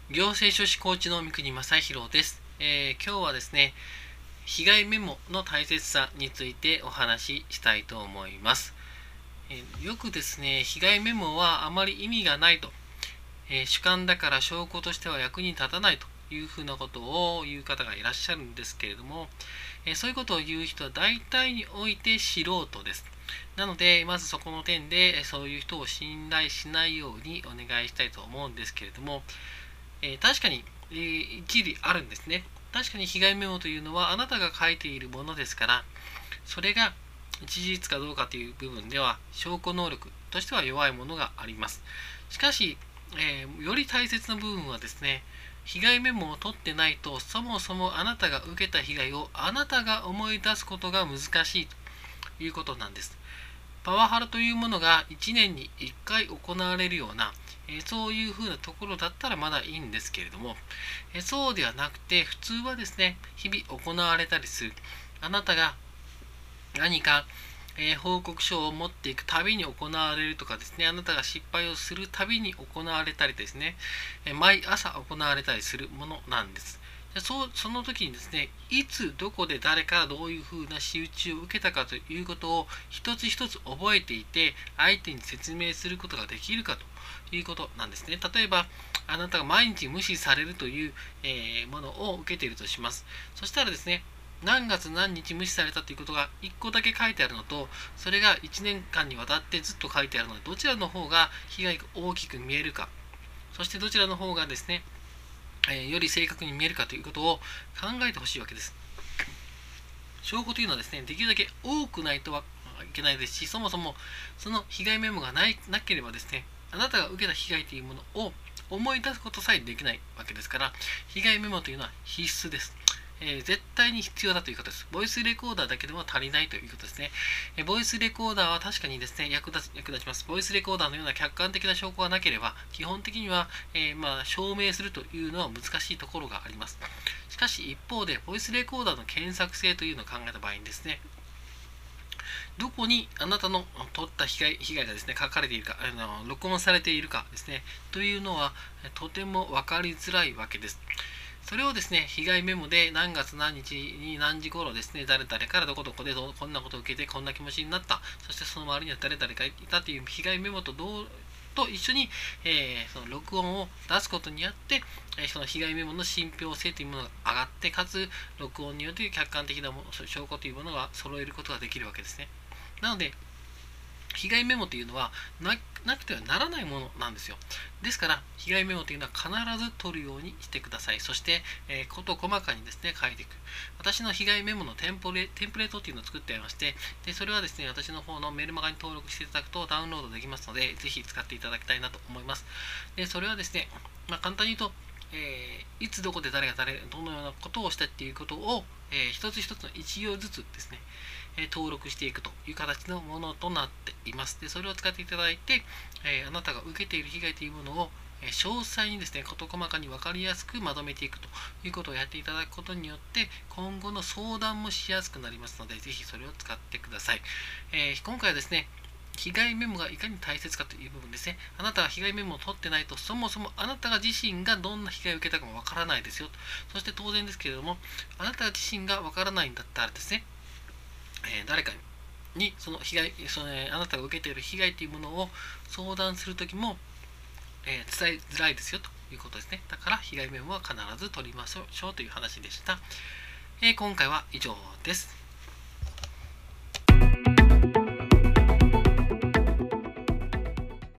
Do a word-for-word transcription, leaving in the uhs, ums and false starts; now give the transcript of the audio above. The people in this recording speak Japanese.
行政書士コーチの三国正弘です、えー、今日はですね、被害メモの大切さについてお話ししたいと思います。えー、よくですね、被害メモはあまり意味がないと、えー、主観だから証拠としては役に立たないというふうなことを言う方がいらっしゃるんですけれども、えー、そういうことを言う人は大体において素人です。なので、まずそこの点でそういう人を信頼しないようにお願いしたいと思うんですけれども、えー、確かに、えー、一理あるんですね。確かに被害メモというのはあなたが書いているものですから、それが事実かどうかという部分では証拠能力としては弱いものがあります。しかし、えー、より大切な部分はですね、被害メモを取ってないと、そもそもあなたが受けた被害をあなたが思い出すことが難しいということなんです。パワハラというものがいちねんにいっかい行われるような、えー、そういうふうなところだったらまだいいんですけれども、えー、そうではなくて、普通はですね、日々行われたりする。あなたが何か、えー、報告書を持っていくたびに行われるとかですね、あなたが失敗をするたびに行われたりですね、えー、毎朝行われたりするものなんです。そその時にですね、いつどこで誰からどういうふうな仕打ちを受けたかということを一つ一つ覚えていて、相手に説明することができるかということなんですね。例えば、あなたが毎日無視されるという、えー、ものを受けているとします。そしたらですね、何月何日無視されたということがいっこだけ書いてあるのと、それがいちねんかんにわたってずっと書いてあるので、どちらの方が被害が大きく見えるか、そしてどちらの方がですね、えー、より正確に見えるかということを考えてほしいわけです。証拠というのはですね、できるだけ多くないとはいけないですし、そもそもその被害メモがないなければですね、あなたが受けた被害というものを思い出すことさえできないわけですから、被害メモというのは必須です。えー、絶対に必要だということです。ボイスレコーダーだけでも足りないということですね。えー、ボイスレコーダーは確かにですね、役立つ、役立ちます。ボイスレコーダーのような客観的な証拠がなければ、基本的には、えー、まあ、証明するというのは難しいところがあります。しかし一方で、ボイスレコーダーの検索性というのを考えた場合にですね、どこにあなたの取った被害被害がですね、書かれているか、あの録音されているかですね、というのはとても分かりづらいわけです。それをですね、被害メモで何月何日に何時頃ですね、誰々からどこどこでどこんなことを受けてこんな気持ちになった、そしてその周りには誰々がいたという被害メモと同と一緒に、えー、その録音を出すことによって、えー、その被害メモの信憑性というものが上がって、かつ録音によって客観的なもの証拠というものが揃えることができるわけですね。なので、被害メモというのは な, なくてはならないものなんですよ。ですから、被害メモというのは必ず取るようにしてください。そして、えー、事細かにですね、書いていく。私の被害メモのテンプレテンプレートっていうのを作ってありまして、でそれはですね、私の方のメルマガに登録していただくとダウンロードできますので、ぜひ使っていただきたいなと思います。でそれはですね、まあ、簡単に言うと、えー、いつどこで誰が誰どのようなことをしたっていうことを、えー、一つ一つの一行ずつですね、えー、登録していくという形のものとなっています。でそれを使っていただいて、えー、あなたが受けている被害というものを詳細にですね、事細かに分かりやすくまとめていくということをやっていただくことによって、今後の相談もしやすくなりますので、ぜひそれを使ってください。えー、今回はですね、被害メモがいかに大切かという部分ですね。あなたが被害メモを取ってないと、そもそもあなたが自身がどんな被害を受けたかもわからないですよ。そして当然ですけれども、あなた自身がわからないんだったらですね、えー、誰かにその被害、その、あなたが受けている被害というものを相談するときも、えー、伝えづらいですよということですね。だから被害メモは必ず取りましょうという話でした。えー、今回は以上です。